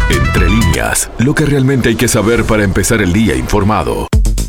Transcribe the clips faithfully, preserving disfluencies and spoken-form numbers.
Entre líneas, lo que realmente hay que saber para empezar el día informado.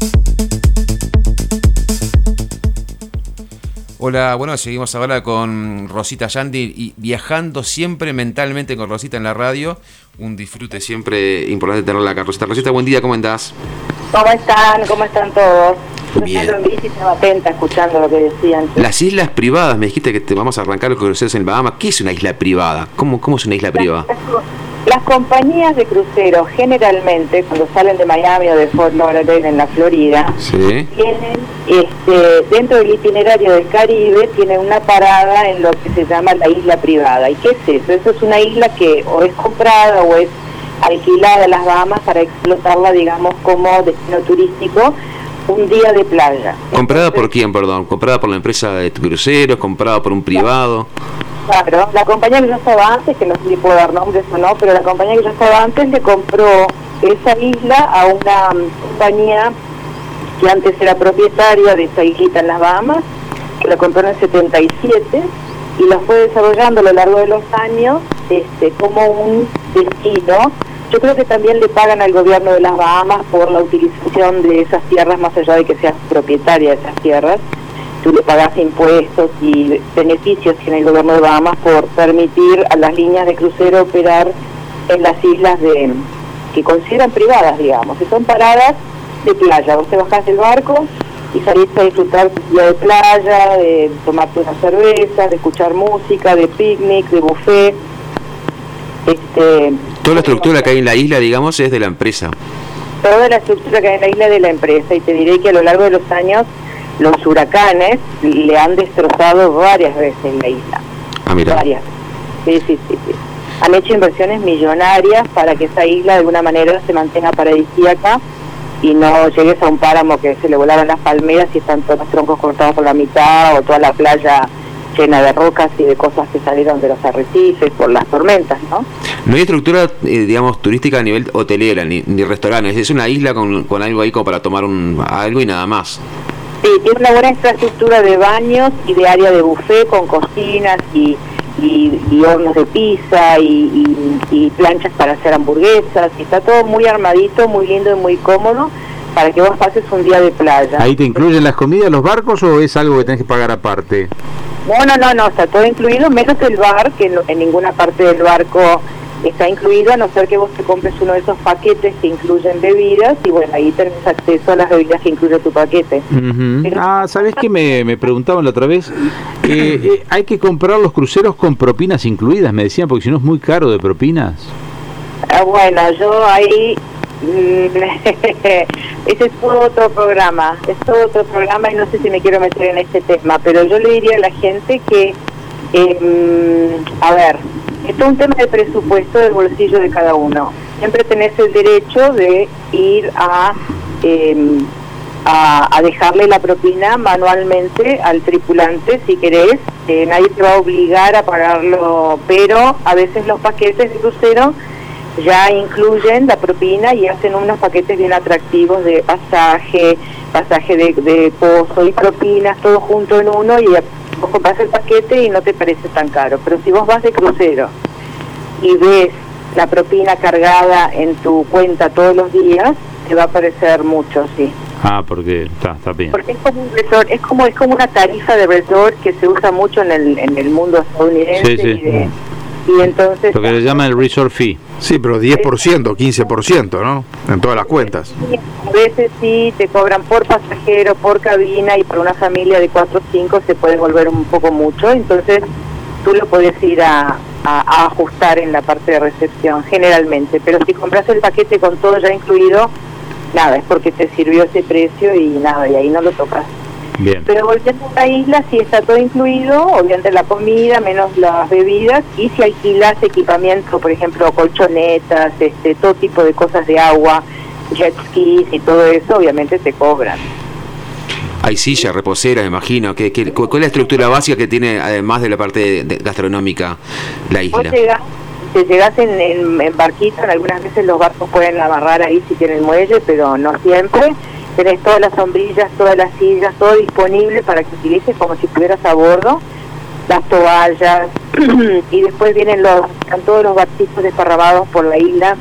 Hola, bueno, seguimos ahora con Rosita Yandi y viajando siempre mentalmente con Rosita en la radio. Un disfrute siempre importante tenerla acá. Rosita, Rosita, buen día, ¿cómo andás? ¿Cómo están? ¿Cómo están todos? Bien. Yo estaba atenta escuchando lo que decían. Las islas privadas, me dijiste que te vamos a arrancar los cruceros en Bahamas. ¿Qué es una isla privada? ¿Cómo, cómo es una isla privada? Las, las compañías de cruceros generalmente cuando salen de Miami o de Fort Lauderdale en la Florida, sí, tienen este, dentro del itinerario del Caribe tienen una parada en lo que se llama la isla privada. ¿Y qué es eso? Eso es una isla que o es comprada o es alquilada a las Bahamas para explotarla, digamos, como destino turístico, un día de playa. ¿Comprada por quién, perdón? ¿Comprada por la empresa de cruceros? ¿Comprada por un privado? Claro, la compañía que yo estaba antes, que no sé si puedo dar nombres o no, pero la compañía que yo estaba antes le compró esa isla a una um, compañía que antes era propietaria de esa islita en las Bahamas, que la compró en el setenta y siete y la fue desarrollando a lo largo de los años este, como un destino. Yo creo que también le pagan al gobierno de las Bahamas por la utilización de esas tierras, más allá de que seas propietaria de esas tierras. Tú le pagas impuestos y beneficios en el gobierno de Bahamas por permitir a las líneas de crucero operar en las islas de que consideran privadas, digamos, que son paradas de playa. Vos te bajás del barco y salís a disfrutar tu día de playa, de tomarte una cerveza, de escuchar música, de picnic, de buffet. Este, Toda la estructura que hay en la isla, digamos, es de la empresa. Toda la estructura que hay en la isla es de la empresa, y te diré que a lo largo de los años los huracanes le han destrozado varias veces la isla. Ah, mira. Varias. Sí, sí, sí, sí. Han hecho inversiones millonarias para que esa isla de alguna manera se mantenga paradisíaca y no llegues a un páramo que se le volaron las palmeras y están todos los troncos cortados por la mitad, o toda la playa llena de rocas y de cosas que salieron de los arrecifes por las tormentas, ¿no? No hay estructura, eh, digamos, turística a nivel hotelera, ni, ni restaurantes. Es una isla con, con algo ahí como para tomar un algo y nada más. Sí, tiene una buena infraestructura de baños y de área de buffet con cocinas y, y, y hornos de pizza y, y, y planchas para hacer hamburguesas. Y está todo muy armadito, muy lindo y muy cómodo para que vos pases un día de playa. ¿Ahí te incluyen las comidas, los barcos, o es algo que tenés que pagar aparte? No, no, no, no, está todo incluido, menos el bar, que no, en ninguna parte del barco está incluido, a no ser que vos te compres uno de esos paquetes que incluyen bebidas, y bueno, ahí tenés acceso a las bebidas que incluye tu paquete. Uh-huh. Pero, ah, ¿sabés qué me, me preguntaban la otra vez? Eh, eh, hay que comprar los cruceros con propinas incluidas, me decían, porque si no es muy caro de propinas. Ah, bueno, yo ahí... ese es todo otro programa, es todo otro programa y no sé si me quiero meter en este tema, pero yo le diría a la gente que, eh, a ver, esto es un tema de presupuesto del bolsillo de cada uno. Siempre tenés el derecho de ir a, eh, a, a dejarle la propina manualmente al tripulante si querés, eh, nadie te va a obligar a pagarlo, pero a veces los paquetes de crucero ya incluyen la propina y hacen unos paquetes bien atractivos de pasaje, pasaje de, de pozo y propinas, todo junto en uno, y vos compras el paquete y no te parece tan caro. Pero si vos vas de crucero y ves la propina cargada en tu cuenta todos los días, te va a parecer mucho, sí. Ah, porque está, está bien. Porque es como un resort, es como es como una tarifa de resort que se usa mucho en el en el mundo estadounidense. Sí, sí. Y de, y entonces lo que le llaman el resort fee. Sí, pero diez por ciento, quince por ciento, ¿no? En todas las cuentas. A veces sí, te cobran por pasajero, por cabina, y para una familia de cuatro o cinco se puede volver un poco mucho, entonces tú lo puedes ir a, a, a ajustar en la parte de recepción, generalmente. Pero si compras el paquete con todo ya incluido, nada, es porque te sirvió ese precio y nada, y ahí no lo tocas. Bien. Pero volviendo a la isla, sí está todo incluido, obviamente la comida, menos las bebidas, y si alquilas equipamiento, por ejemplo, colchonetas, este, todo tipo de cosas de agua, jet skis y todo eso, obviamente te cobran. Hay sillas, reposeras, me imagino. ¿Qué, qué, ¿Cuál es la estructura básica que tiene, además de la parte de gastronómica, la isla? Vos llegás, te llegás en, en, en barquito, en algunas veces los barcos pueden amarrar ahí si tienen muelle, pero no siempre. Tenés todas las sombrillas, todas las sillas, todo disponible para que utilices como si estuvieras a bordo. las toallas, y después vienen los, están todos los barcitos desparramados por la isla.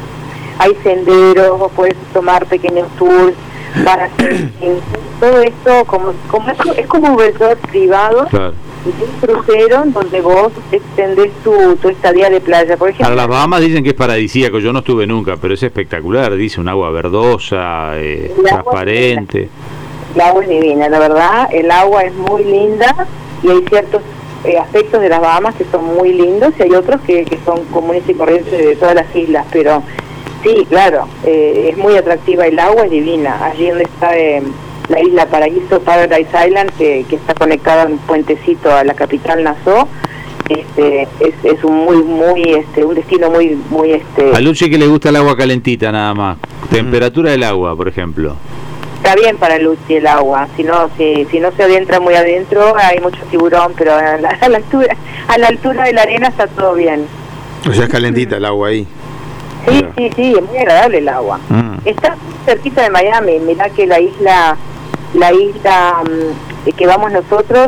Hay senderos, vos podés tomar pequeños tours para hacer todo esto, como, como es, es como un resort privado. Claro. Y un crucero donde vos extendés tu, tu estadía de playa, por ejemplo. Para las Bahamas dicen que es paradisíaco, yo no estuve nunca, pero es espectacular, dice, un agua verdosa, eh, transparente. El agua es divina, la verdad, el agua es muy linda y hay ciertos eh, aspectos de las Bahamas que son muy lindos y hay otros que, que son comunes y corrientes de todas las islas, pero sí, claro, eh, es muy atractiva, el agua es divina, allí donde está... Eh, la isla Paraíso, Paradise Island, que, que está conectada en un puentecito a la capital Nassau, este, es, es un muy, muy, este, un destino muy, muy, este. A Luchi que le gusta el agua calentita nada más. Temperatura del agua, por ejemplo. Está bien para Luchi el agua, si no, si, si no se adentra muy adentro, hay mucho tiburón, pero a la, a la altura, a la altura de la arena está todo bien. O sea, es calentita el agua ahí. Sí, Claro. sí, sí, es muy agradable el agua. Mm. Está cerquita de Miami, mirá que la isla, la isla um, que vamos nosotros,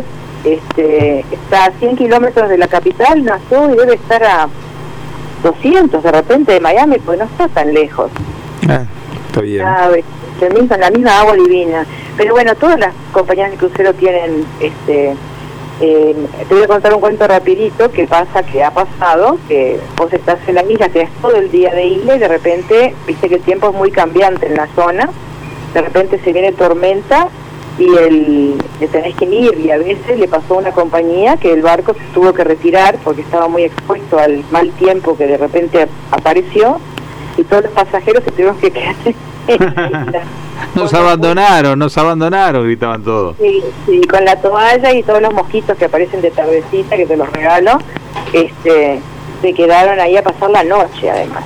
este, está a cien kilómetros de la capital, Nassau, y debe estar a doscientos de repente de Miami, pues no está tan lejos. Ah, está bien. Está, se misma, la misma agua divina. Pero bueno, todas las compañías de crucero tienen, este, eh, te voy a contar un cuento rapidito que pasa, que ha pasado, que vos estás en la isla, tenés todo el día de isla y de repente, viste que el tiempo es muy cambiante en la zona, de repente se viene tormenta y el le tenés que ir, y a veces le pasó a una compañía que el barco se tuvo que retirar porque estaba muy expuesto al mal tiempo que de repente apareció y todos los pasajeros se tuvieron que quedar en la isla. Nos abandonaron, nos abandonaron, gritaban todos. Sí, sí, con la toalla y todos los mosquitos que aparecen de tardecita, que te los regalo, este, se quedaron ahí a pasar la noche, además.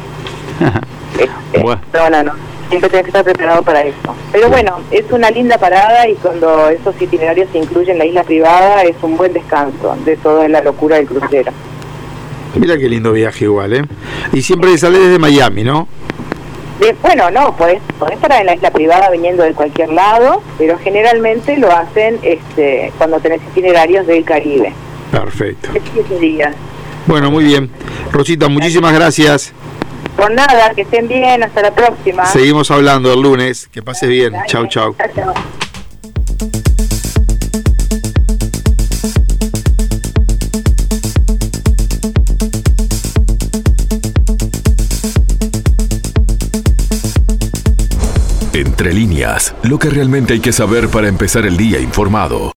este, Bueno. No, no, no, siempre tienes que estar preparado para eso. Pero bueno, es una linda parada y cuando esos itinerarios se incluyen en la isla privada, es un buen descanso de toda la locura del crucero. Mira qué lindo viaje igual, ¿eh? Y siempre sale desde Miami, ¿no? De, bueno, no, podés, podés parar en la isla privada viniendo de cualquier lado, pero generalmente lo hacen este, cuando tenés itinerarios del Caribe. Perfecto. Es siete días. Bueno, muy bien. Rosita, muchísimas gracias. Por nada, que estén bien, hasta la próxima. Seguimos hablando el lunes. Que pases bien. Chau, chau. Chau, chau. Entre líneas, lo que realmente hay que saber para empezar el día informado.